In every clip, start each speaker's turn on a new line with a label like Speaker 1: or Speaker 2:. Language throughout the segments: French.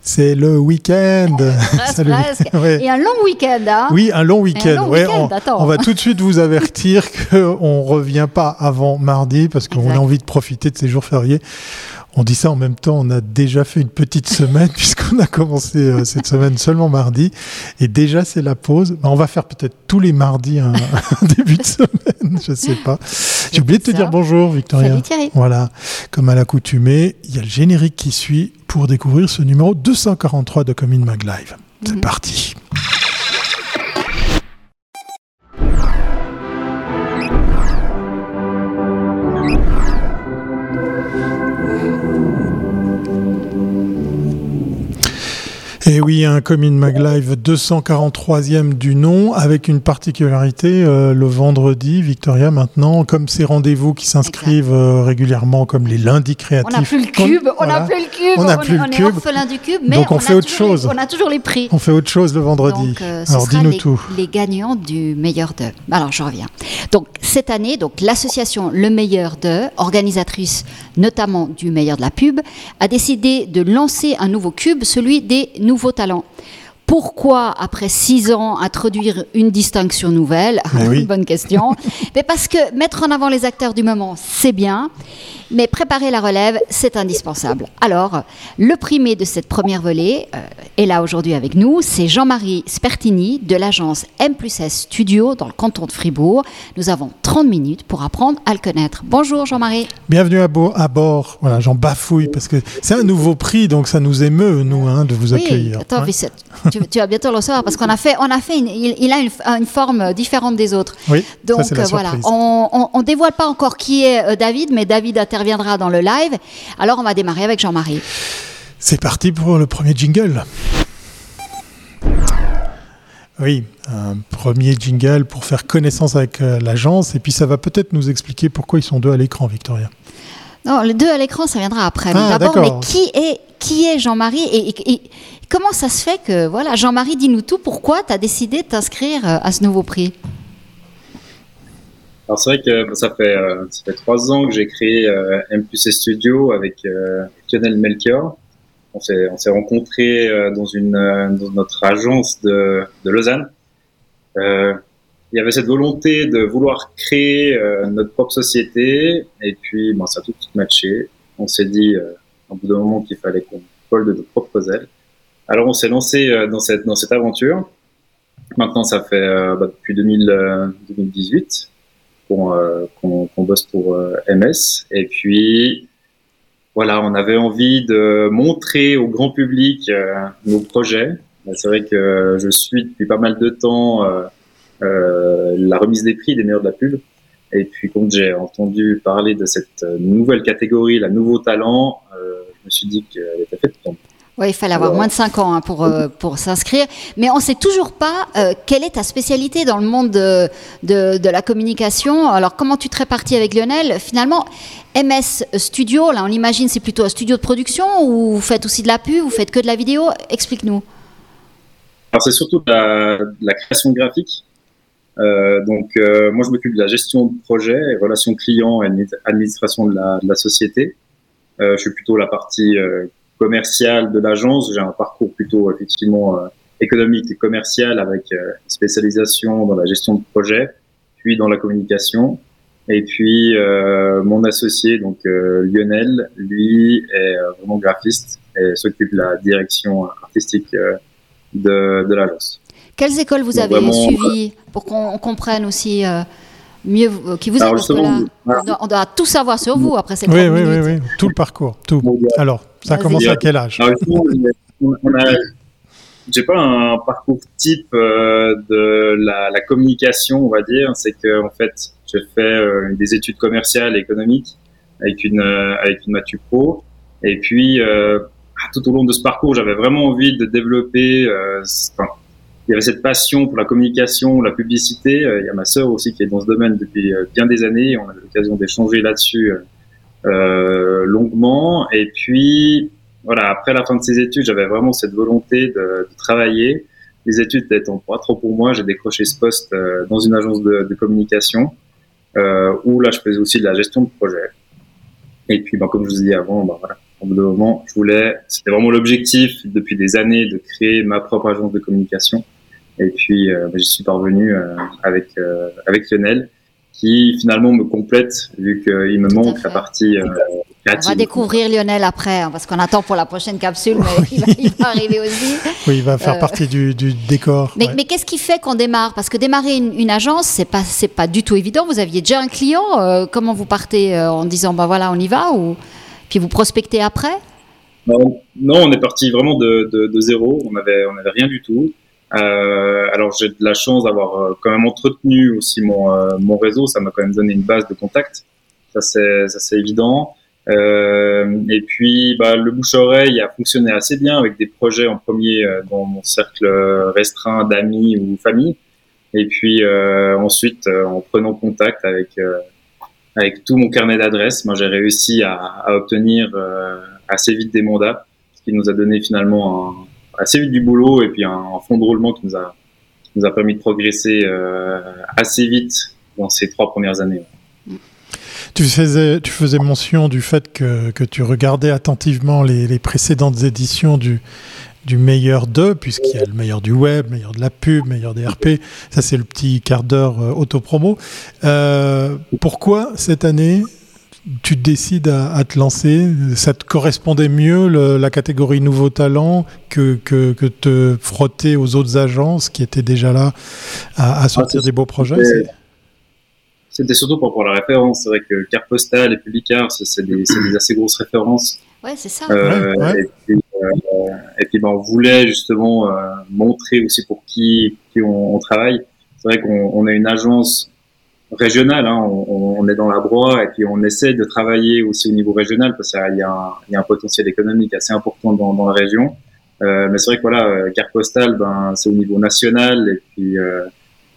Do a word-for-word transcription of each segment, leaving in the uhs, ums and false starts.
Speaker 1: C'est le week-end.
Speaker 2: Presque, presque. Ouais. Et un long week-end. Hein
Speaker 1: oui, un long week-end.
Speaker 2: Un long
Speaker 1: ouais,
Speaker 2: week-end
Speaker 1: on, on va tout de suite vous avertir qu'on ne revient pas avant mardi parce qu'on exact. a envie de profiter de ces jours fériés. On dit ça en même temps, on a déjà fait une petite semaine puisqu'on a commencé euh, cette semaine seulement mardi. Et déjà, c'est la pause. On va faire peut-être tous les mardis un, un début de semaine, je ne sais pas. J'ai oublié de te ça. dire bonjour, Victoria.
Speaker 2: Salut Thierry.
Speaker 1: Voilà, comme à l'accoutumée, il y a le générique qui suit pour découvrir ce numéro deux cent quarante-trois de Coming Mag Live. C'est mmh. parti. Et oui, un Coming Mag Live deux cent quarante-troisième du nom, avec une particularité, euh, le vendredi, Victoria, maintenant, comme ces rendez-vous qui s'inscrivent euh, régulièrement, comme les lundis créatifs.
Speaker 2: On n'a plus le cube, on n'a voilà. plus le cube,
Speaker 1: on,
Speaker 2: on,
Speaker 1: plus
Speaker 2: on
Speaker 1: le
Speaker 2: est
Speaker 1: cube.
Speaker 2: orphelin du cube, mais
Speaker 1: donc on,
Speaker 2: on
Speaker 1: fait
Speaker 2: a
Speaker 1: autre chose.
Speaker 2: Les, on a toujours les prix.
Speaker 1: On fait autre chose le vendredi.
Speaker 2: Donc, euh, ce
Speaker 1: alors
Speaker 2: sera
Speaker 1: dis-nous
Speaker 2: les,
Speaker 1: tout.
Speaker 2: Les gagnants du meilleur de. Alors je reviens. Donc cette année, donc l'association Le Meilleur de, organisatrice notamment du meilleur de la pub, a décidé de lancer un nouveau cube, celui des nouveaux talents. Pourquoi, après six ans, introduire une distinction nouvelle ?
Speaker 1: Oui.
Speaker 2: Bonne question. Mais parce que mettre en avant les acteurs du moment, c'est bien, mais préparer la relève, c'est indispensable. Alors, le primé de cette première volée euh, est là aujourd'hui avec nous. C'est Jean-Marie Spertini de l'agence M plus S Studio dans le canton de Fribourg. Nous avons trente minutes pour apprendre à le connaître. Bonjour Jean-Marie.
Speaker 1: Bienvenue à, bo- à bord. Voilà, j'en bafouille parce que c'est un nouveau prix, donc ça nous émeut, nous, hein, de vous
Speaker 2: oui,
Speaker 1: accueillir.
Speaker 2: Attends,
Speaker 1: ouais.
Speaker 2: tu, tu vas bientôt le recevoir parce qu'on a fait, on a fait une, il, il a une, une forme différente des autres.
Speaker 1: Oui,
Speaker 2: donc
Speaker 1: ça, c'est la
Speaker 2: euh, voilà,
Speaker 1: surprise.
Speaker 2: on ne dévoile pas encore qui est euh, David, mais David interviendra dans le live. Alors on va démarrer avec Jean-Marie.
Speaker 1: C'est parti pour le premier jingle. Oui, un premier jingle pour faire connaissance avec euh, l'agence et puis ça va peut-être nous expliquer pourquoi ils sont deux à l'écran, Victoria.
Speaker 2: Non, les deux à l'écran, ça viendra après. Mais
Speaker 1: ah,
Speaker 2: d'abord,
Speaker 1: d'accord.
Speaker 2: mais qui est, qui est Jean-Marie et, et, et comment ça se fait que, voilà, Jean-Marie, dis-nous tout, pourquoi tu as décidé de t'inscrire à ce nouveau prix ?
Speaker 3: Alors c'est vrai que ça fait, euh, ça fait trois ans que j'ai créé euh, M plus S Studio avec euh, Lionel Melchior. On s'est, on s'est rencontrés euh, dans, une, euh, dans notre agence de, de Lausanne. Euh, il y avait cette volonté de vouloir créer euh, notre propre société et puis bon, ça a tout de suite matché. On s'est dit euh, au bout d'un moment qu'il fallait qu'on vole de nos propres ailes. Alors on s'est lancé euh, dans, cette, dans cette aventure. Maintenant ça fait euh, bah, depuis deux mille, euh, deux mille dix-huit qu'on, euh, qu'on, qu'on bosse pour euh, M S et puis voilà, on avait envie de montrer au grand public euh, nos projets. C'est vrai que je suis depuis pas mal de temps euh, euh, la remise des prix des meilleurs de la pub. Et puis quand j'ai entendu parler de cette nouvelle catégorie, la nouveau talent, euh, je me suis dit qu'elle était faite pour moi.
Speaker 2: Oui, il fallait avoir Alors, moins de cinq ans hein, pour, euh, pour s'inscrire. Mais on ne sait toujours pas euh, quelle est ta spécialité dans le monde de, de, de la communication. Alors, comment tu te répartis avec Lionel ? Finalement, M S Studio, là, on l'imagine, c'est plutôt un studio de production ou vous faites aussi de la pub, vous faites que de la vidéo ? Explique-nous.
Speaker 3: Alors, c'est surtout de la, de la création graphique. Euh, donc, euh, moi, je m'occupe de la gestion de projet, et relations clients et administration de la, de la société. Euh, je suis plutôt la partie... Euh, commercial de l'agence. J'ai un parcours plutôt effectivement euh, économique et commercial avec euh, une spécialisation dans la gestion de projet, puis dans la communication. Et puis euh, mon associé, donc euh, Lionel, lui est euh, vraiment graphiste et s'occupe de la direction artistique euh, de, de l'agence.
Speaker 2: Quelles écoles vous donc avez vraiment, suivies pour qu'on comprenne aussi euh, mieux euh, qui vous êtes, parce que là, voilà. on, doit, on doit tout savoir sur vous après cette
Speaker 1: oui,
Speaker 2: oui,
Speaker 1: oui, oui, oui, tout le parcours, tout. Alors, ça
Speaker 2: Vas-y.
Speaker 1: commence à quel âge ?
Speaker 3: Alors, on a, j'ai pas un parcours type euh, de la, la communication, on va dire. C'est que en fait, j'ai fait euh, des études commerciales et économiques avec une euh, avec une Mathieu Pro. Et puis, euh, tout au long de ce parcours, j'avais vraiment envie de développer. Euh, enfin, il y avait cette passion pour la communication, la publicité. Il y a ma sœur aussi qui est dans ce domaine depuis bien des années. On a eu l'occasion d'échanger là-dessus euh, longuement. Et puis, voilà, après la fin de ces études, j'avais vraiment cette volonté de, de travailler. Les études n'étant pas trop pour moi, j'ai décroché ce poste euh, dans une agence de, de communication euh, où là, je faisais aussi de la gestion de projet. Et puis, ben, comme je vous ai dit avant, ben, voilà, Au bout d'un moment, je voulais, c'était vraiment l'objectif depuis des années de créer ma propre agence de communication. Et puis, euh, j'y suis parvenu euh, avec euh, avec Lionel, qui finalement me complète vu qu'il me manque la partie euh, créative.
Speaker 2: On va découvrir Lionel après, hein, parce qu'on attend pour la prochaine capsule, mais il, va, il va arriver aussi.
Speaker 1: Oui, il va faire
Speaker 2: euh...
Speaker 1: partie du, du décor.
Speaker 2: Mais,
Speaker 1: ouais.
Speaker 2: mais qu'est-ce qui fait qu'on démarre? Parce que démarrer une, une agence, c'est pas c'est pas du tout évident. Vous aviez déjà un client. Euh, comment vous partez euh, en disant bah voilà on y va, ou puis vous prospectez après?
Speaker 3: Non, non, on est parti vraiment de, de, de zéro. On avait on avait rien du tout. Euh, alors j'ai de la chance d'avoir euh, quand même entretenu aussi mon euh, mon réseau. Ça m'a quand même donné une base de contacts. Ça c'est ça c'est évident. Euh, et puis bah, le bouche-oreille a fonctionné assez bien avec des projets en premier euh, dans mon cercle restreint d'amis ou famille. Et puis euh, ensuite euh, en prenant contact avec euh, avec tout mon carnet d'adresses, moi j'ai réussi à, à obtenir euh, assez vite des mandats, ce qui nous a donné finalement un assez vite du boulot et puis un, un fonds de roulement qui nous a, qui nous a permis de progresser euh, assez vite dans ces trois premières années.
Speaker 1: Tu faisais, tu faisais mention du fait que, que tu regardais attentivement les, les précédentes éditions du, du meilleur d'eux, puisqu'il y a le meilleur du web, meilleur de la pub, meilleur des R P. Ça, c'est le petit quart d'heure euh, autopromo. Euh, pourquoi cette année tu décides à, à te lancer? Ça te correspondait mieux le, la catégorie nouveaux talents que, que, que te frotter aux autres agences qui étaient déjà là à, à sortir ah, des beaux projets?
Speaker 3: C'était, c'était surtout pour, pour la référence. C'est vrai que Carte Postale et Publicar, c'est, c'est, des, c'est des assez grosses références.
Speaker 2: Ouais, c'est ça.
Speaker 3: Euh,
Speaker 1: ouais, ouais.
Speaker 3: Et puis, euh, et puis ben, on voulait justement euh, montrer aussi pour qui, qui on, on travaille. C'est vrai qu'on on a une agence régional, hein, on, on est dans la broie et puis on essaie de travailler aussi au niveau régional parce qu'il y a un, il y a un potentiel économique assez important dans, dans la région. Euh, mais c'est vrai que voilà, Carte Postale, ben c'est au niveau national et puis euh,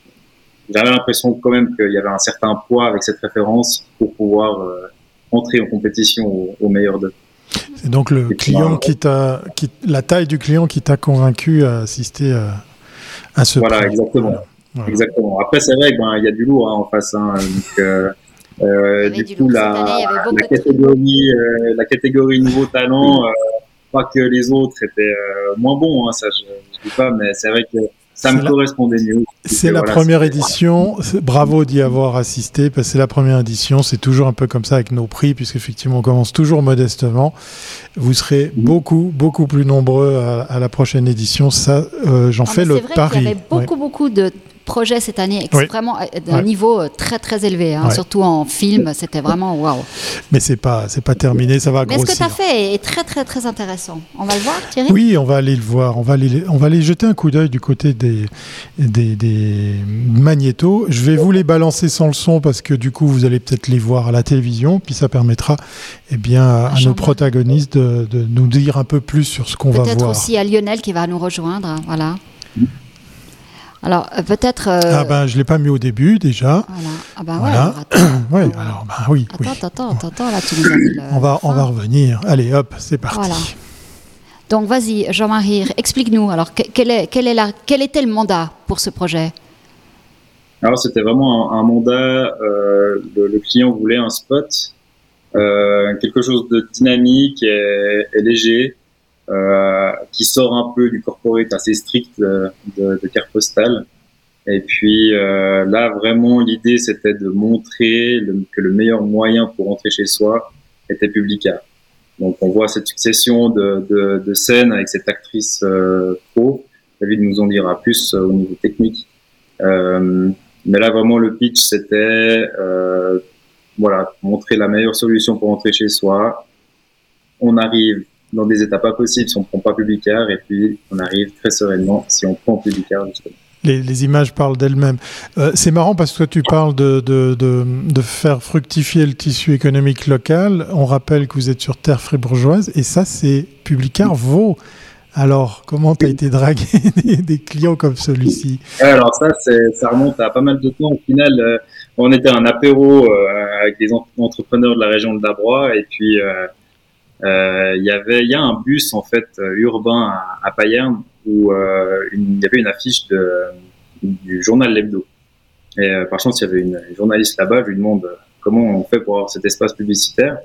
Speaker 3: j'avais l'impression quand même qu'il y avait un certain poids avec cette référence pour pouvoir euh, entrer en compétition au, au meilleur d'eux.
Speaker 1: C'est donc le et client puis, qui t'a, qui, la taille du client qui t'a convaincu à assister à, à ce.
Speaker 3: Voilà,
Speaker 1: prix.
Speaker 3: exactement. Voilà. Voilà. Exactement. Après, c'est vrai qu'il ben, y a du lourd hein, en face. Hein, donc, euh, euh, du, du coup, la, année, la, catégorie, euh, la catégorie nouveau talent, euh, pas que les autres étaient euh, moins bons, hein, ça je ne dis pas, mais c'est vrai que ça c'est me la... correspondait mieux.
Speaker 1: C'est la voilà, première c'est... édition. Bravo d'y avoir assisté, parce que c'est la première édition. C'est toujours un peu comme ça avec nos prix, puisqu'effectivement, on commence toujours modestement. Vous serez mmh. beaucoup, beaucoup plus nombreux à, à la prochaine édition. Ça, euh, j'en non, fais le
Speaker 2: c'est vrai
Speaker 1: pari.
Speaker 2: Il y avait beaucoup, ouais. beaucoup de projets cette année,
Speaker 1: oui.
Speaker 2: vraiment d'un
Speaker 1: ouais.
Speaker 2: niveau très, très élevé. Hein, ouais. Surtout en film, c'était vraiment waouh.
Speaker 1: Mais c'est pas, c'est pas terminé, ça va
Speaker 2: Mais
Speaker 1: grossir.
Speaker 2: Mais ce que tu as fait est très, très, très intéressant. On va le voir, Thierry ?
Speaker 1: Oui, on va aller le voir. On va aller, on va aller jeter un coup d'œil du côté des, des, des magnétos. Je vais vous les balancer sans le son parce que du coup, vous allez peut-être les voir à la télévision. Puis ça permettra eh bien, à, à nos protagonistes de, de nous dire un peu plus sur ce qu'on
Speaker 2: peut-être
Speaker 1: va voir.
Speaker 2: Peut-être aussi à Lionel qui va nous rejoindre. Hein, voilà. Alors, euh, peut-être... Euh...
Speaker 1: Ah ben, je ne l'ai pas mis au début, déjà.
Speaker 2: Voilà. Ah ben
Speaker 1: voilà.
Speaker 2: ouais, alors,
Speaker 1: ouais, alors, ben oui.
Speaker 2: Attends,
Speaker 1: oui.
Speaker 2: attends, attends, attends, là, tu nous as dit le...
Speaker 1: on, va, on va revenir. Allez, hop, c'est parti. Voilà.
Speaker 2: Donc, vas-y, Jean-Marie, explique-nous. Alors, quel, est, quel, est la, quel était le mandat pour ce projet ?
Speaker 3: Alors, c'était vraiment un, un mandat. Euh, le, le client voulait un spot, euh, quelque chose de dynamique et, et léger. Euh, qui sort un peu du corporate assez strict de, de, de Carte Postale. Et puis euh, là, vraiment, l'idée, c'était de montrer le, que le meilleur moyen pour rentrer chez soi était Publicar. Donc, on voit cette succession de, de, de scènes avec cette actrice euh, pro. David nous en dira plus euh, au niveau technique. Euh, mais là, vraiment, le pitch, c'était euh, voilà, montrer la meilleure solution pour rentrer chez soi. On arrive dans des états pas possibles si on ne prend pas Publicar, et puis on arrive très sereinement si on prend Publicar, justement.
Speaker 1: Les, les images parlent d'elles-mêmes. Euh, c'est marrant parce que toi, tu parles de, de, de, de faire fructifier le tissu économique local. On rappelle que vous êtes sur terre fribourgeoise, et ça, c'est Publicar Vaud. Alors, comment tu as été dragué des, des clients comme celui-ci ?
Speaker 3: Alors ça, c'est, ça remonte à pas mal de temps. Au final, euh, on était à un apéro euh, avec des en- entrepreneurs de la région de Dabrois, et puis... Euh, Euh, il y avait, il y a un bus en fait urbain à, à Payerne où euh, une, il y avait une affiche de, du journal L'Hebdo. Et euh, par chance, il y avait une, une journaliste là-bas. Je lui demande comment on fait pour avoir cet espace publicitaire.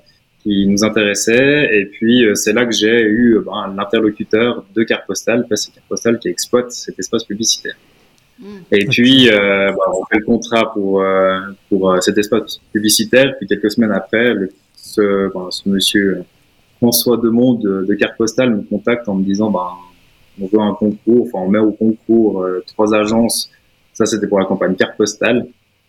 Speaker 3: qui nous intéressait. Et puis, euh, c'est là que j'ai eu euh, ben, l'interlocuteur de Carte Postale, Place et Carte Postale, qui exploite cet espace publicitaire. Mmh. Et puis, euh, ben, on fait le contrat pour, euh, pour euh, cet espace publicitaire. Puis, quelques semaines après, le, ce, ben, ce monsieur François Demont de, de Carte Postale me contacte en me disant ben, on veut un concours, enfin, on met au concours euh, trois agences. Ça, c'était pour la campagne Carte Postale.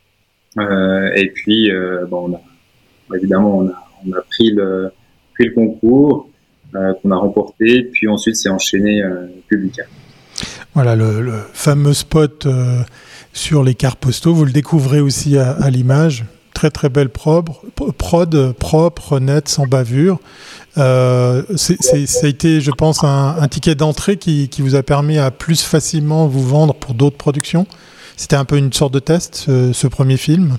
Speaker 3: Euh, et puis, euh, bon, on a, évidemment, on a, on a pris le, pris le concours euh, qu'on a remporté, puis ensuite c'est enchaîné euh, Publica.
Speaker 1: Voilà, le, le fameux spot euh, sur les cartes postaux, vous le découvrez aussi à, à l'image. Très très belle prod, prod propre, nette, sans bavure. Euh, c'est, c'est, ça a été, je pense, un, un ticket d'entrée qui, qui vous a permis à plus facilement vous vendre pour d'autres productions. C'était un peu une sorte de test, ce, ce premier film.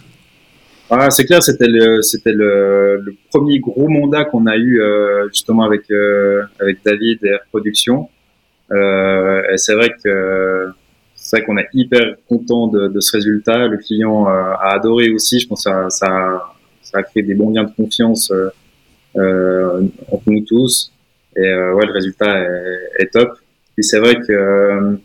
Speaker 3: Ah, c'est clair, c'était le, c'était le, le premier gros mandat qu'on a eu euh, justement avec euh, avec David et Air Production. Euh, et c'est vrai que c'est vrai qu'on est hyper content de, de ce résultat. Le client euh, a adoré aussi. Je pense que ça, ça, ça a créé des bons liens de confiance euh, euh, entre nous tous. Et euh, ouais, le résultat est, est top. Et c'est vrai que euh,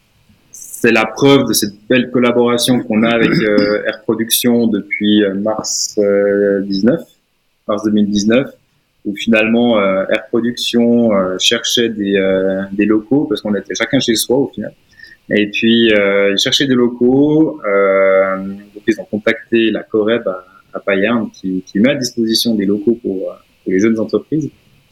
Speaker 3: c'est la preuve de cette belle collaboration qu'on a avec euh, Air Production depuis euh, mars euh, dix-neuf, mars deux mille dix-neuf, où finalement euh, Air Production euh, cherchait des, euh, des locaux parce qu'on était chacun chez soi au final. Et puis euh, ils cherchaient des locaux, euh, donc ils ont contacté la Coreb à, à Payerne qui, qui met à disposition des locaux pour, pour les jeunes entreprises.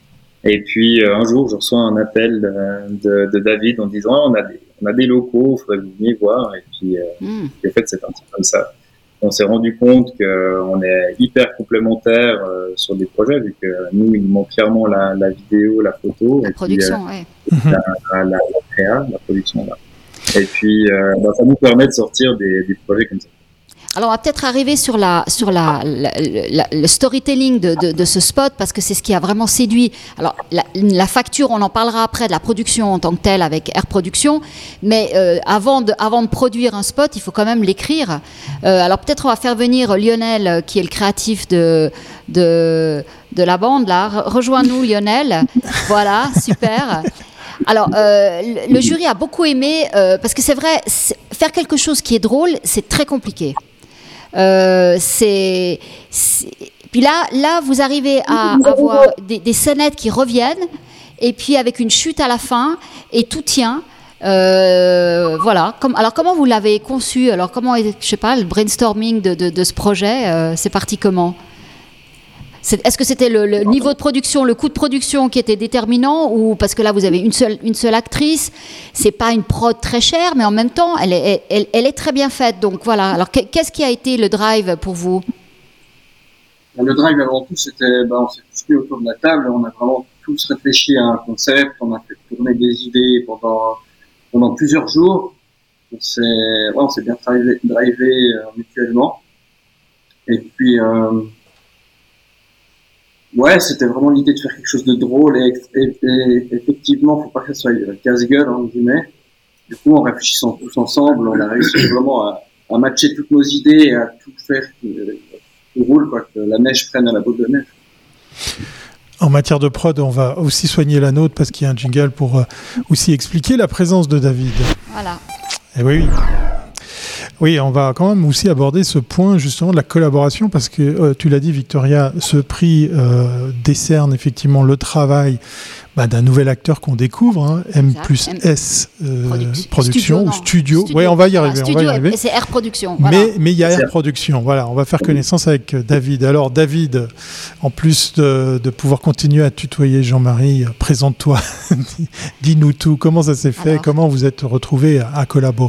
Speaker 3: Et puis euh, un jour, je reçois un appel de, de, de David en disant ah, on a des on a des locaux, il faudrait que vous veniez voir. Et puis, euh, mmh. en fait, c'est un petit peu comme ça. On s'est rendu compte qu'on est hyper complémentaires euh, sur des projets, vu que nous, il nous manque clairement la, la vidéo, la photo.
Speaker 2: La
Speaker 3: et
Speaker 2: production,
Speaker 3: puis, euh,
Speaker 2: ouais.
Speaker 3: la, la, la, la créa, la production, là. Et puis, euh, bah, ça nous permet de sortir des, des projets comme ça.
Speaker 2: Alors, on va peut-être arriver sur, la, sur la, la, la, le storytelling de, de, de ce spot, parce que c'est ce qui a vraiment séduit. Alors, la, la facture, on en parlera après de la production en tant que telle avec Air Production, mais euh, avant, de, avant de produire un spot, il faut quand même l'écrire. Euh, alors, peut-être on va faire venir Lionel, qui est le créatif de, de, de la bande, là. Rejoins-nous, Lionel. Voilà, super. Alors, euh, le jury a beaucoup aimé, euh, parce que c'est vrai, c'est, faire quelque chose qui est drôle, c'est très compliqué. Euh, c'est, c'est... Puis là, là, vous arrivez à avoir des, des scénettes qui reviennent, et puis avec une chute à la fin, et tout tient. Euh, voilà. Comme, alors, comment vous l'avez conçu ? Alors, comment, je sais pas, le brainstorming de, de, de ce projet, euh, c'est parti comment ? C'est, est-ce que c'était le, le niveau de production, le coût de production qui était déterminant, ou parce que là vous avez une seule, une seule actrice, c'est pas une prod très chère, mais en même temps elle est, elle, elle est très bien faite. Donc voilà. Alors qu'est-ce qui a été le drive pour vous ?
Speaker 4: Le drive avant tout, c'était, ben, on s'est tous mis autour de la table, on a vraiment tous réfléchi à un concept, on a fait tourner des idées pendant pendant plusieurs jours. On s'est, ouais, on s'est bien drivé, drivé euh, mutuellement. Et puis euh, ouais, c'était vraiment l'idée de faire quelque chose de drôle et, et, et effectivement, faut pas que ça soit casse-gueule, en guillemets. Du coup, en réfléchissant tous ensemble, on a réussi vraiment à, à matcher toutes nos idées et à tout faire que tout roule, quoi, que la neige prenne à la boule de neige.
Speaker 1: En matière de prod, on va aussi soigner la nôtre parce qu'il y a un jingle pour euh, aussi expliquer la présence de David.
Speaker 2: Voilà.
Speaker 1: Et oui, oui. Oui, on va quand même aussi aborder ce point justement de la collaboration parce que euh, tu l'as dit Victoria, ce prix euh, décerne effectivement le travail bah, d'un nouvel acteur qu'on découvre, hein, M plus S euh, Production, Production studio, ou studio. studio. Oui, on va y arriver.
Speaker 2: Voilà, studio,
Speaker 1: on va y arriver.
Speaker 2: C'est Air Production. Voilà.
Speaker 1: Mais mais il y a Air Production. Voilà, on va faire connaissance avec David. Alors David, en plus de, de pouvoir continuer à tutoyer Jean-Marie, présente-toi, dis-nous tout. Comment ça s'est fait ? Alors. Comment vous êtes retrouvés à, à collaborer ?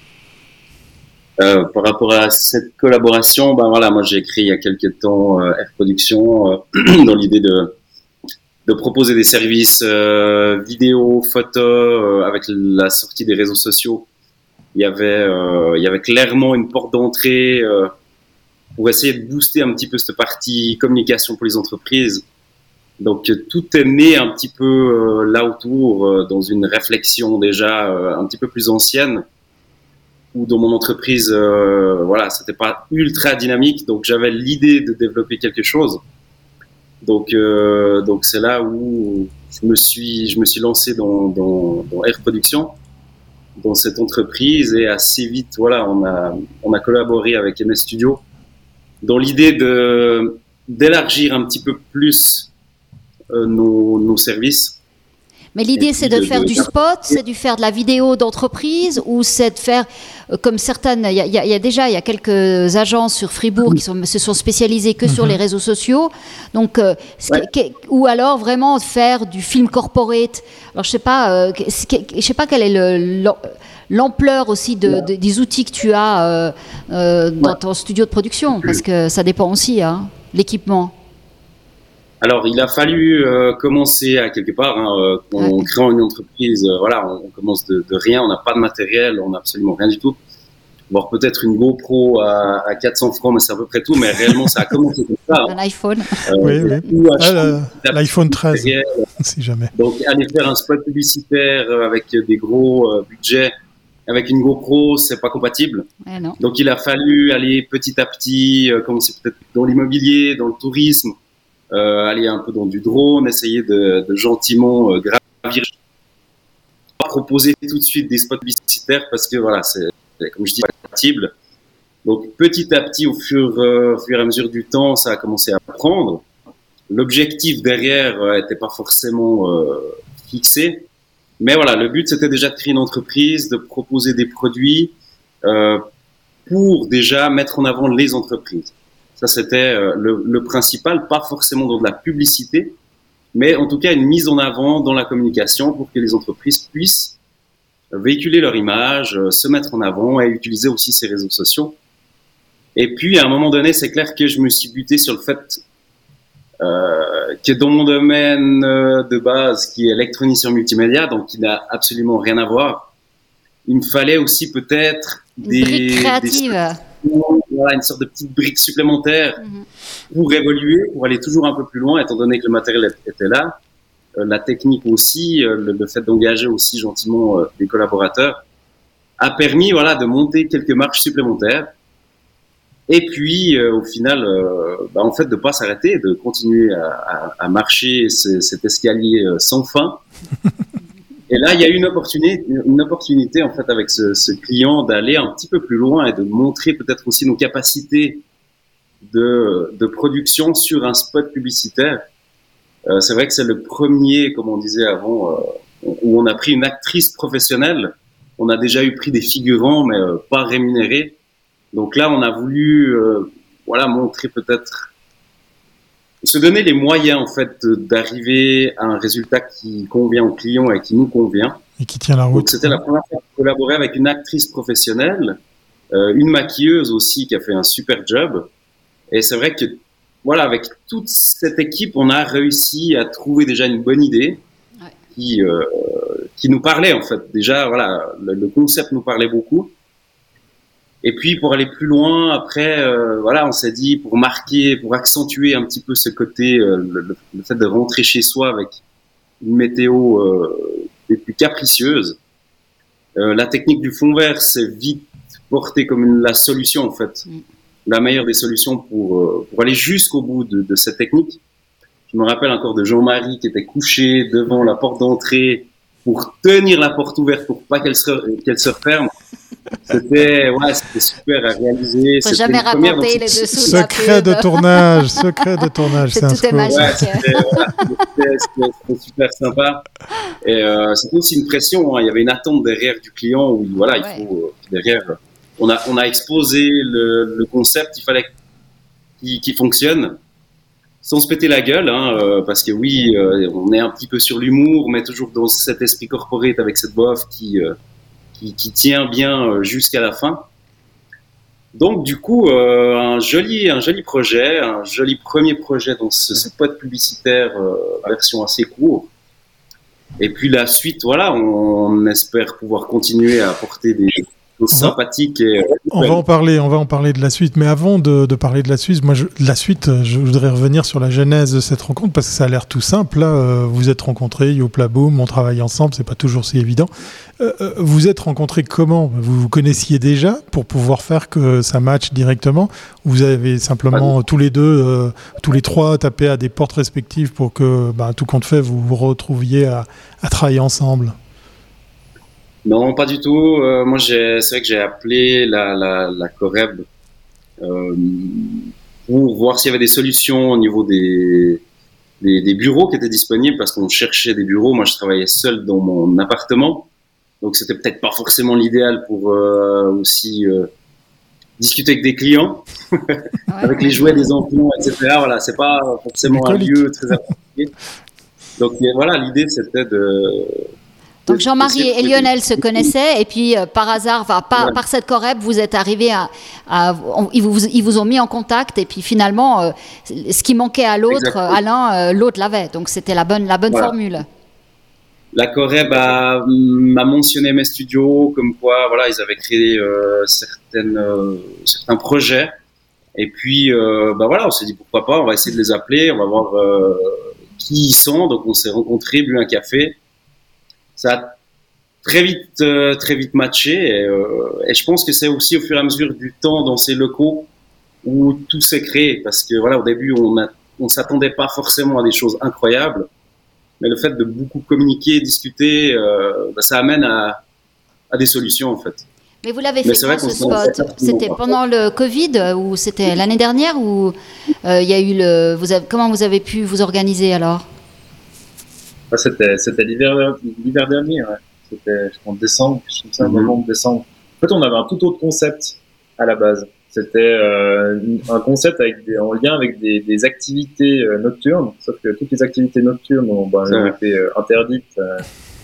Speaker 5: Euh, par rapport à cette collaboration, ben voilà, moi j'ai écrit il y a quelques temps euh, Air Production euh, dans l'idée de de proposer des services euh, vidéo, photo euh, avec la sortie des réseaux sociaux. Il y avait euh, il y avait clairement une porte d'entrée euh, pour essayer de booster un petit peu cette partie communication pour les entreprises. Donc tout est né un petit peu euh, là autour euh, dans une réflexion déjà euh, un petit peu plus ancienne. Où dans mon entreprise, euh, voilà, c'était pas ultra dynamique, donc j'avais l'idée de développer quelque chose. Donc, euh, donc c'est là où je me suis, je me suis lancé dans, dans, dans Air Production, dans cette entreprise, et assez vite, voilà, on a, on a collaboré avec M S Studio dans l'idée de, d'élargir un petit peu plus euh, nos, nos services.
Speaker 2: Mais l'idée, c'est de, de faire de... du spot, c'est de faire de la vidéo d'entreprise, ou c'est de faire, euh, comme certaines, il y, y, y a déjà, il y a quelques agences sur Fribourg qui sont, se sont spécialisées que mm-hmm. sur les réseaux sociaux, donc, euh, ouais. qu- ou alors vraiment faire du film corporate. Alors, je sais pas, euh, je sais pas quelle est le, l'ampleur aussi de, de, des outils que tu as euh, euh, dans ouais. ton studio de production, parce que ça dépend aussi, hein, l'équipement.
Speaker 5: Alors, il a fallu euh, commencer à quelque part, hein, euh, en ouais. créant une entreprise. Euh, voilà, on, on commence de, de rien, on n'a pas de matériel, on n'a absolument rien du tout. Voire peut-être une GoPro à, à quatre cents francs, mais c'est à peu près tout. Mais réellement, ça a commencé comme ça.
Speaker 2: Un iPhone.
Speaker 5: Euh,
Speaker 1: oui, oui. Ah, l'iPhone treize, si jamais.
Speaker 5: Donc, aller faire un spot publicitaire avec des gros euh, budgets, avec une GoPro, c'est pas compatible.
Speaker 2: Ouais, non.
Speaker 5: Donc, il a fallu aller petit à petit, euh, commencer peut-être dans l'immobilier, dans le tourisme. Euh, aller un peu dans du drone, essayer de, de gentiment euh, gravir, pas proposer tout de suite des spots publicitaires parce que voilà, c'est comme je dis, pas compatible. Donc petit à petit, au fur, euh, au fur et à mesure du temps, ça a commencé à prendre. L'objectif derrière n'était euh, pas forcément euh, fixé, mais voilà, le but c'était déjà de créer une entreprise, de proposer des produits euh, pour déjà mettre en avant les entreprises. Ça, c'était le, le principal, pas forcément dans de la publicité, mais en tout cas une mise en avant dans la communication pour que les entreprises puissent véhiculer leur image, se mettre en avant et utiliser aussi ces réseaux sociaux. Et puis, à un moment donné, c'est clair que je me suis buté sur le fait euh, que dans mon domaine de base, qui est électronicien multimédia, donc qui n'a absolument rien à voir, il me fallait aussi peut-être des...
Speaker 2: Une brique créative.
Speaker 5: Des... Voilà, une sorte de petite brique supplémentaire mmh. pour évoluer, pour aller toujours un peu plus loin, étant donné que le matériel était là, euh, la technique aussi, euh, le, le fait d'engager aussi gentiment euh, des collaborateurs, a permis voilà, de monter quelques marches supplémentaires. Et puis, euh, au final, euh, bah, en fait, de ne pas s'arrêter, de continuer à, à, à marcher ce, cet escalier euh, sans fin. Et là, il y a eu une opportunité, une opportunité en fait avec ce, ce client d'aller un petit peu plus loin et de montrer peut-être aussi nos capacités de, de production sur un spot publicitaire. Euh, c'est vrai que c'est le premier, comme on disait avant, euh, où on a pris une actrice professionnelle. On a déjà eu pris des figurants, mais euh, pas rémunérés. Donc là, on a voulu, euh, voilà, montrer peut-être, se donner les moyens en fait d'arriver à un résultat qui convient au client et qui nous convient.
Speaker 1: Et qui tient la route.
Speaker 5: Donc c'était la première fois de collaborer avec une actrice professionnelle, euh, une maquilleuse aussi qui a fait un super job. Et c'est vrai que voilà, avec toute cette équipe, on a réussi à trouver déjà une bonne idée ouais. qui euh, qui nous parlait en fait. Déjà voilà, le, le concept nous parlait beaucoup. Et puis pour aller plus loin, après, euh, voilà, on s'est dit pour marquer, pour accentuer un petit peu ce côté, euh, le, le fait de rentrer chez soi avec une météo euh, des plus capricieuses. Euh, la technique du fond vert s'est vite portée comme une, la solution en fait, mm. la meilleure des solutions pour euh, pour aller jusqu'au bout de, de cette technique. Je me rappelle encore de Jean-Marie qui était couché devant la porte d'entrée pour tenir la porte ouverte pour pas qu'elle se qu'elle se referme. C'était, ouais, c'était super à réaliser.
Speaker 2: Faut jamais raconter les dessous
Speaker 1: secret de, de tournage, secret de tournage.
Speaker 2: C'est, c'est tout est magique.
Speaker 5: Ouais, c'était, c'était, c'était, c'était super sympa. Et euh, c'était aussi une pression. Hein. Il y avait une attente derrière du client où voilà, ouais. il faut euh, derrière. On a on a exposé le, le concept. Il fallait qu'il, qu'il fonctionne sans se péter la gueule, hein, euh, parce que oui, euh, on est un petit peu sur l'humour, mais toujours dans cet esprit corporate avec cette voix off qui euh, Qui, qui tient bien jusqu'à la fin. Donc du coup, euh, un joli, un joli projet, un joli premier projet dans ce spot publicitaire euh, version assez court. Et puis la suite, voilà, on, on espère pouvoir continuer à apporter des chose sympathique. Et, euh,
Speaker 1: on va en parler, on va en parler de la suite. Mais avant de, de parler de la suite, moi, je, de la suite, je voudrais revenir sur la genèse de cette rencontre parce que ça a l'air tout simple. Là, euh, vous êtes rencontrés, Youpla Boom, on travaille ensemble, c'est pas toujours si évident. Euh, euh, vous êtes rencontrés comment ? Vous vous connaissiez déjà pour pouvoir faire que ça matche directement ? Vous avez simplement ah, tous les deux, euh, tous les trois, tapé à des portes respectives pour que, bah, tout compte fait, vous vous retrouviez à, à travailler ensemble ?
Speaker 5: Non, pas du tout. Euh, moi, j'ai, c'est vrai que j'ai appelé la, la, la Coreb euh, pour voir s'il y avait des solutions au niveau des, des, des bureaux qui étaient disponibles, parce qu'on cherchait des bureaux. Moi, je travaillais seul dans mon appartement, donc c'était peut-être pas forcément l'idéal pour euh, aussi euh, discuter avec des clients, ouais, avec les jouets des enfants, et cetera. Voilà, c'est pas forcément un lieu très approprié. Donc voilà, l'idée c'était de
Speaker 2: Donc Jean-Marie et Lionel se connaissaient et puis euh, par hasard, enfin, par, ouais. par cette Coreb, vous êtes arrivés à, à on, ils, vous, ils vous ont mis en contact et puis finalement, euh, ce qui manquait à l'autre, Exactement. à l'un, euh, l'autre l'avait. Donc c'était la bonne, la bonne voilà. formule.
Speaker 5: La Coreb a, m'a mentionné mes studios, comme quoi, voilà, ils avaient créé euh, certaines, euh, certains projets. Et puis, euh, bah voilà, on s'est dit pourquoi pas, on va essayer de les appeler, on va voir euh, qui ils sont. Donc on s'est rencontrés, bu un café. Ça a très vite, euh, très vite matché. Et, euh, et je pense que c'est aussi au fur et à mesure du temps dans ces locaux où tout s'est créé. Parce que voilà, au début, on a, on s'attendait pas forcément à des choses incroyables. Mais le fait de beaucoup communiquer, discuter, euh, bah, ça amène à, à des solutions en fait.
Speaker 2: Mais vous l'avez fait quand ce spot ? C'était pendant le Covid ou c'était l'année dernière ou euh, il y a eu le. Vous avez, comment vous avez pu vous organiser alors ?
Speaker 3: ah, C'était c'était l'hiver l'hiver dernier. Ouais. C'était je crois, en décembre, je trouve ça, mm-hmm. novembre, décembre. En fait, on avait un tout autre concept à la base. C'était euh, un concept avec des, en lien avec des, des activités euh, nocturnes, sauf que toutes les activités nocturnes ont, bah, ont été euh, interdites euh,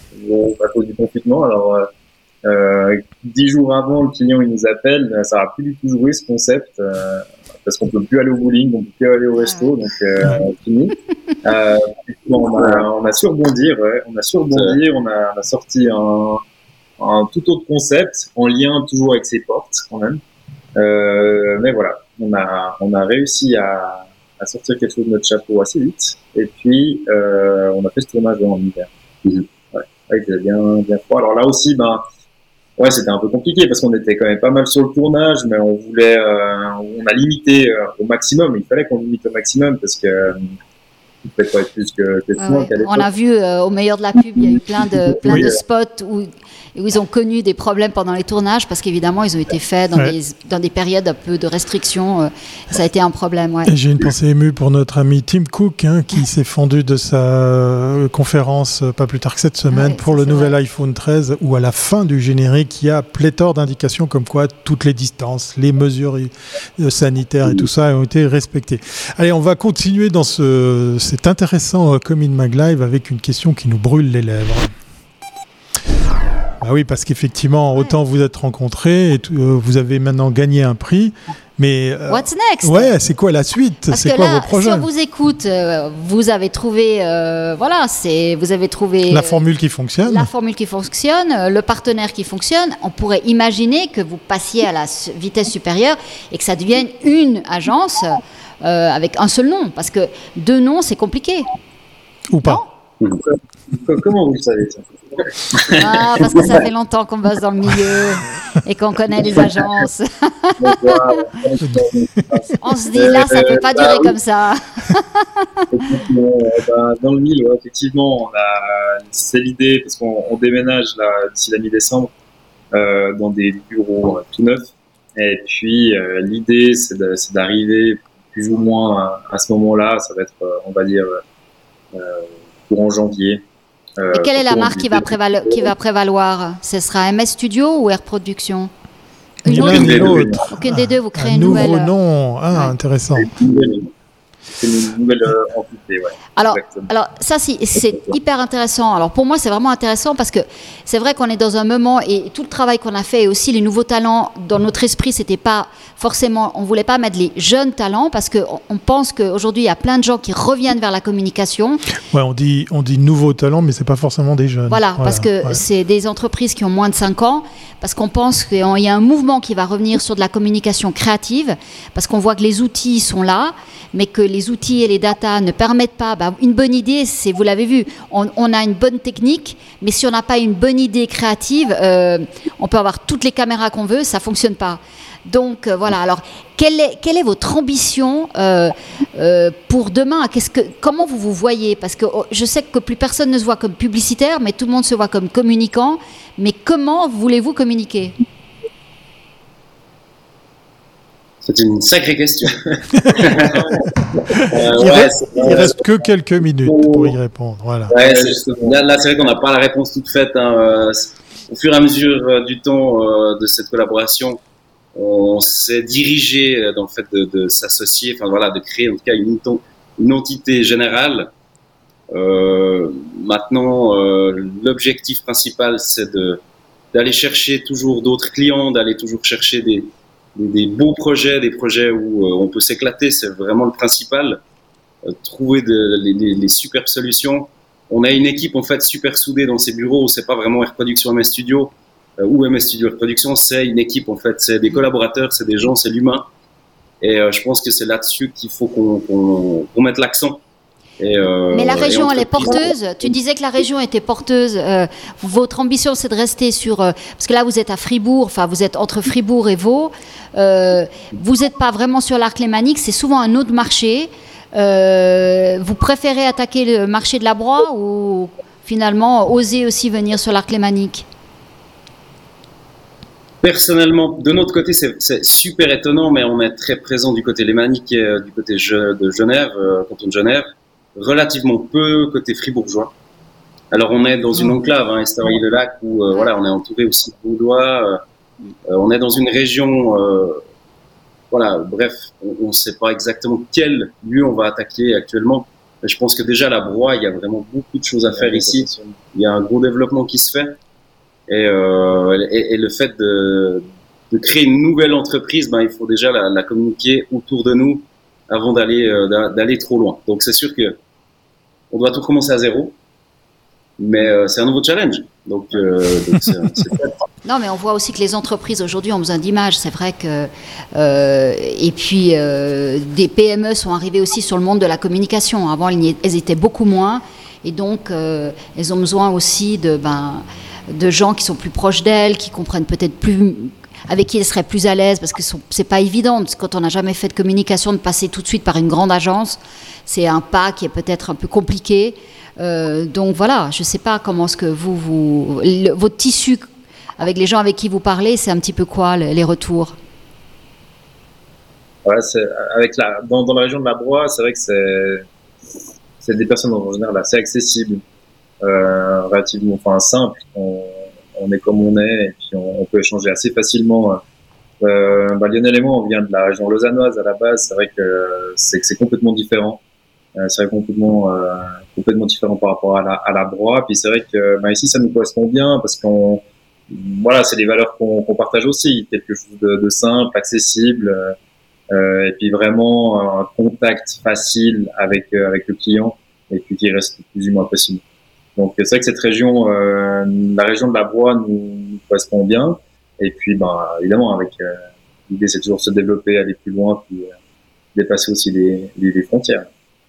Speaker 3: à cause du confinement. Alors, euh, euh, dix jours avant, le client il nous appelle, ça n'a plus du tout joué ce concept euh, parce qu'on peut plus aller au bowling, on peut plus aller au resto, donc euh, fini. Euh, on a, on a su rebondir, ouais, on a su rebondir, on a, on a sorti un, un tout autre concept en lien toujours avec ses portes quand même. Euh, mais voilà, on a, on a réussi à, à sortir quelque chose de notre chapeau assez vite. Et puis, euh, on a fait ce tournage en hiver. Mm-hmm. Ouais, ouais, il faisait bien, bien froid. Alors là aussi, ben, ouais, c'était un peu compliqué parce qu'on était quand même pas mal sur le tournage, mais on voulait, euh, on a limité euh, au maximum. Il fallait qu'on limite au maximum parce que euh, il pouvait pas être plus que, que
Speaker 2: ah ouais. On a vu euh, au meilleur de la pub, il y a eu plein de, plein oui, de spots où, où ils ont connu des problèmes pendant les tournages parce qu'évidemment ils ont été faits dans, ouais. des, dans des périodes un peu de restrictions. Euh, ça a été un problème. Ouais.
Speaker 1: Et j'ai une pensée émue pour notre ami Tim Cook hein, qui s'est fendu de sa euh, conférence euh, pas plus tard que cette semaine ouais, pour le nouvel vrai. iPhone treize où à la fin du générique il y a pléthore d'indications comme quoi toutes les distances, les mesures euh, sanitaires et tout ça ont été respectées. Allez, on va continuer dans ce C'est intéressant euh, comme in Mag Live avec une question qui nous brûle les lèvres. Bah oui, parce qu'effectivement, autant vous êtes rencontrés et t- euh, vous avez maintenant gagné un prix, mais euh,
Speaker 2: what's next ?
Speaker 1: Ouais, c'est quoi la suite ? Parce C'est
Speaker 2: que
Speaker 1: quoi
Speaker 2: là,
Speaker 1: vos projets ?
Speaker 2: Si on vous écoute, euh, vous avez trouvé, euh, voilà, c'est vous avez trouvé
Speaker 1: la formule qui fonctionne.
Speaker 2: La formule qui fonctionne, euh, le partenaire qui fonctionne. On pourrait imaginer que vous passiez à la su- vitesse supérieure et que ça devienne une agence. Euh, avec un seul nom, parce que deux noms, c'est compliqué.
Speaker 1: Ou pas.
Speaker 3: Comment vous le savez ça ?
Speaker 2: Ah, parce que ça fait longtemps qu'on bosse dans le milieu et qu'on connaît les agences. On se dit, là, ça ne peut pas durer comme ça.
Speaker 3: Dans le mille, effectivement, on a, c'est l'idée, parce qu'on on déménage là, d'ici la mi-décembre euh, dans des bureaux euh, tout neufs. Et puis, euh, l'idée, c'est, de, c'est d'arriver plus ou moins à, à ce moment-là, ça va être, euh, on va dire, euh, courant janvier.
Speaker 2: Euh, Et quelle est la marque qui va, prévalo- qui va prévaloir ? Ce sera M S Studio ou Air Production ?
Speaker 1: Une autre,
Speaker 2: autre. Aucune des deux, vous créez
Speaker 1: un
Speaker 2: une nouvelle.
Speaker 1: Nouveau nom, ah, ouais. Intéressant.
Speaker 3: c'est une nouvelle euh, entité. Ouais.
Speaker 2: Alors, alors, ça, c'est, c'est hyper intéressant. Alors, pour moi, c'est vraiment intéressant parce que c'est vrai qu'on est dans un moment et tout le travail qu'on a fait et aussi les nouveaux talents, dans notre esprit, c'était pas forcément, on voulait pas mettre les jeunes talents parce qu'on on pense qu'aujourd'hui, il y a plein de gens qui reviennent vers la communication.
Speaker 1: Ouais, on dit, on dit nouveaux talents, mais c'est pas forcément des jeunes.
Speaker 2: Voilà, voilà parce que
Speaker 1: ouais.
Speaker 2: c'est des entreprises qui ont moins de cinq ans, parce qu'on pense qu'il y a un mouvement qui va revenir sur de la communication créative, parce qu'on voit que les outils sont là, mais que les outils et les datas ne permettent pas. Bah, une bonne idée, c'est, vous l'avez vu, on, on a une bonne technique, mais si on n'a pas une bonne idée créative, euh, on peut avoir toutes les caméras qu'on veut, ça fonctionne pas. Donc euh, voilà. Alors, quelle est, quelle est votre ambition euh, euh, pour demain ? Qu'est-ce que, comment vous vous voyez ? Parce que oh, je sais que plus personne ne se voit comme publicitaire, mais tout le monde se voit comme communicant. Mais comment voulez-vous communiquer ?
Speaker 5: C'est une sacrée question. euh,
Speaker 1: il,
Speaker 5: ouais,
Speaker 1: reste, il reste que quelques minutes pour y répondre. Voilà.
Speaker 5: Ouais, c'est là, là, c'est vrai qu'on n'a pas la réponse toute faite. Hein. Au fur et à mesure du temps euh, de cette collaboration, on s'est dirigé dans le fait de, de s'associer, enfin voilà, de créer en tout cas une, une entité générale. Euh, maintenant, euh, l'objectif principal, c'est de d'aller chercher toujours d'autres clients, d'aller toujours chercher des des beaux projets, des projets où euh, on peut s'éclater, c'est vraiment le principal. Euh, trouver de, les, les, les superbes solutions. On a une équipe en fait super soudée dans ces bureaux. C'est pas vraiment Air Production M S Studio euh, ou M S Studio Air Production. C'est une équipe en fait. C'est des collaborateurs, c'est des gens, c'est l'humain. Et euh, je pense que c'est là-dessus qu'il faut qu'on, qu'on, qu'on mette l'accent.
Speaker 2: Et euh, Mais la région, elle est porteuse. Tu disais que la région était porteuse. Euh, votre ambition, c'est de rester sur... Euh, parce que là, vous êtes à Fribourg, enfin, vous êtes entre Fribourg et Vaud. Euh, vous n'êtes pas vraiment sur l'arc lémanique, c'est souvent un autre marché. Euh, vous préférez attaquer le marché de la broie ou finalement oser aussi venir sur l'arc lémanique ?
Speaker 5: Personnellement, de notre côté, c'est, c'est super étonnant, mais on est très présent du côté lémanique et euh, du côté de Genève, euh, canton de Genève. Relativement peu côté fribourgeois. Alors on est dans une enclave, hein, Estavayer-le-Lac, où euh, voilà, on est entouré aussi de Vaudois. Euh, euh, on est dans une région, euh, voilà, bref, on ne sait pas exactement quel lieu on va attaquer actuellement. Mais je pense que déjà la broie, il y a vraiment beaucoup de choses à faire ici. Il y a un gros développement qui se fait, et, euh, et, et le fait de, de créer une nouvelle entreprise, ben il faut déjà la, la communiquer autour de nous avant d'aller euh, d'aller trop loin. Donc c'est sûr que on doit tout recommencer à zéro, mais euh, c'est un nouveau challenge. Donc, euh, donc c'est, c'est
Speaker 2: non, mais on voit aussi que les entreprises aujourd'hui ont besoin d'images. C'est vrai que euh, et puis euh, des P M E sont arrivées aussi sur le monde de la communication. Avant, elles étaient beaucoup moins, et donc euh, elles ont besoin aussi de ben de gens qui sont plus proches d'elles, qui comprennent peut-être plus, avec qui elles seraient plus à l'aise, parce que c'est pas évident, parce que quand on n'a jamais fait de communication, de passer tout de suite par une grande agence, c'est un pas qui est peut-être un peu compliqué. Euh, donc voilà, je sais pas comment est-ce que vous, vous le, votre tissu avec les gens avec qui vous parlez, c'est un petit peu quoi les, les retours ?
Speaker 3: Ouais, c'est, avec la, dans, dans la région de la Broye, c'est vrai que c'est, c'est des personnes en général assez accessibles, euh, relativement, enfin simples. On, on est comme on est, et puis on, on peut échanger assez facilement. Euh, bah Lionel et moi, on vient de la région lausannoise à la base. C'est vrai que c'est, que c'est complètement différent. Euh, c'est vrai complètement, euh, complètement différent par rapport à la, à la Broye. Puis c'est vrai que bah, ici, ça nous correspond bien parce qu'on, voilà, c'est des valeurs qu'on, qu'on partage aussi, quelque chose de, de simple, accessible, euh, et puis vraiment un contact facile avec euh, avec le client, et puis qui reste plus ou moins possible. Donc c'est vrai que cette région, euh, la région de la Broye nous, nous correspond bien. Et puis, ben, évidemment, avec euh, l'idée, c'est toujours de se développer, aller plus loin, puis euh, dépasser aussi des, des, des frontières.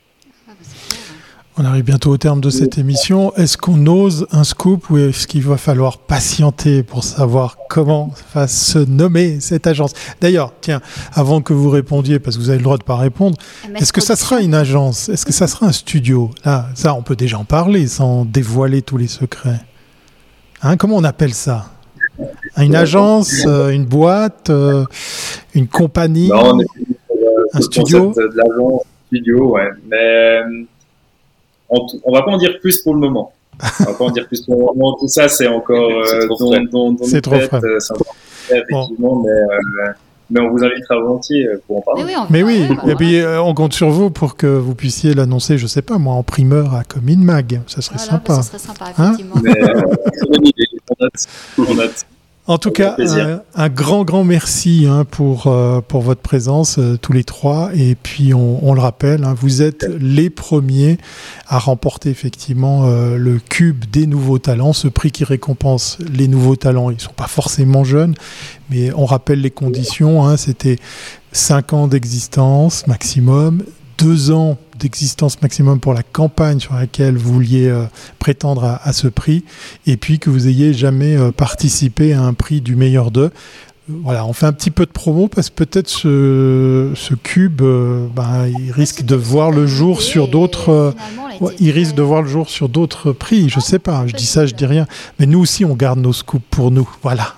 Speaker 1: On arrive bientôt au terme de cette émission. Est-ce qu'on ose un scoop ou est-ce qu'il va falloir patienter pour savoir comment va se nommer cette agence ? D'ailleurs, tiens, avant que vous répondiez, parce que vous avez le droit de ne pas répondre, est-ce que ça sera une agence ? Est-ce que ça sera un studio ? Là, ça, on peut déjà en parler sans dévoiler tous les secrets. Hein, comment on appelle ça ? Une agence, euh, une boîte, euh, une compagnie,
Speaker 3: non, on est plus, euh,
Speaker 1: un studio
Speaker 3: de, de l'agence, studio, ouais. Mais euh, on, on va pas en dire plus pour le moment. On va pas en dire plus pour le moment. Tout ça, c'est encore euh,
Speaker 5: c'est trop
Speaker 3: dans, dans, dans
Speaker 1: c'est trop
Speaker 3: tête,
Speaker 1: frais.
Speaker 3: C'est encore frais, effectivement. Bon. Mais euh, mais on vous invitera volontiers pour en parler.
Speaker 2: Mais oui, on,
Speaker 1: Mais oui,
Speaker 2: ouais, bah,
Speaker 1: et puis euh, on compte sur vous pour que vous puissiez l'annoncer, je sais pas moi, en primeur à Comin Mag. Ça serait
Speaker 2: voilà,
Speaker 1: sympa.
Speaker 2: bah, ça serait sympa,
Speaker 1: Hein
Speaker 2: effectivement.
Speaker 3: Mais euh, très bonne idée. On note. On note.
Speaker 1: En tout cas, un, un grand, grand merci hein, pour, euh, pour votre présence, euh, tous les trois. Et puis, on, on le rappelle, hein, vous êtes les premiers à remporter effectivement euh, le Cube des nouveaux talents, ce prix qui récompense les nouveaux talents. Ils ne sont pas forcément jeunes, mais on rappelle les conditions. Hein, c'était cinq ans d'existence maximum, deux ans d'existence maximum pour la campagne sur laquelle vous vouliez euh, prétendre à, à ce prix, et puis que vous ayez jamais euh, participé à un prix du meilleur d'eux. Voilà, on fait un petit peu de promo parce que peut-être ce, ce cube, euh, ben, il risque de voir le jour sur d'autres. Euh, ouais, il risque de voir le jour sur d'autres prix. Je sais pas. Je dis ça, je dis rien. Mais nous aussi, on garde nos scoops pour nous. Voilà.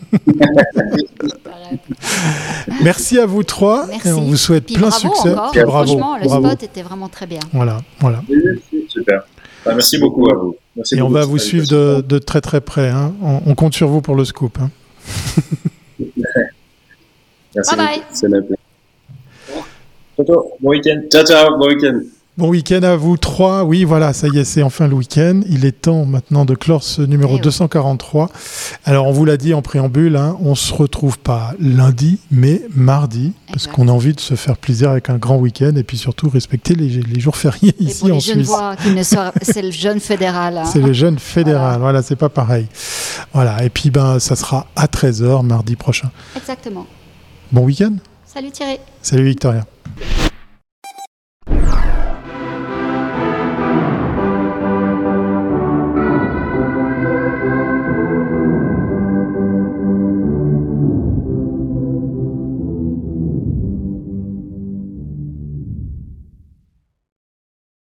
Speaker 1: Merci à vous trois.
Speaker 2: Merci.
Speaker 1: Et on vous souhaite
Speaker 2: Puis
Speaker 1: plein
Speaker 2: bravo
Speaker 1: succès.
Speaker 2: encore.
Speaker 1: Puis bravo.
Speaker 2: Franchement, le
Speaker 1: bravo.
Speaker 2: spot était vraiment très bien.
Speaker 1: Voilà, voilà.
Speaker 3: Super. Bah, merci beaucoup à vous. Merci
Speaker 1: Et on
Speaker 3: beaucoup
Speaker 1: va
Speaker 3: pour
Speaker 1: vous
Speaker 3: cette
Speaker 1: suivre
Speaker 3: invitation.
Speaker 1: de, de très très près. Hein. On, on compte sur vous pour le scoop. Hein.
Speaker 3: Merci
Speaker 2: Bye bye.
Speaker 3: beaucoup. C'est la peine. Ciao, ciao. Bon week-end.
Speaker 5: Ciao, ciao, bon week-end.
Speaker 1: Bon week-end à vous trois. Oui, voilà, ça y est, c'est enfin le week-end. Il est temps maintenant de clore ce numéro
Speaker 2: Eh oui.
Speaker 1: deux cent quarante-trois. Alors, on vous l'a dit en préambule, hein, on se retrouve pas lundi, mais mardi, parce
Speaker 2: Exact.
Speaker 1: qu'on a envie de se faire plaisir avec un grand week-end et puis surtout respecter les, les jours fériés
Speaker 2: Et
Speaker 1: ici
Speaker 2: pour les
Speaker 1: en
Speaker 2: jeunes
Speaker 1: Suisse.
Speaker 2: voix qui ne soient, c'est le jeune fédéral. hein.
Speaker 1: C'est le jeune fédéral, voilà,
Speaker 2: Voilà.
Speaker 1: c'est pas pareil. Voilà, et puis ben, ça sera à treize heures mardi prochain.
Speaker 2: Exactement.
Speaker 1: Bon week-end.
Speaker 2: Salut Thierry.
Speaker 1: Salut Victoria.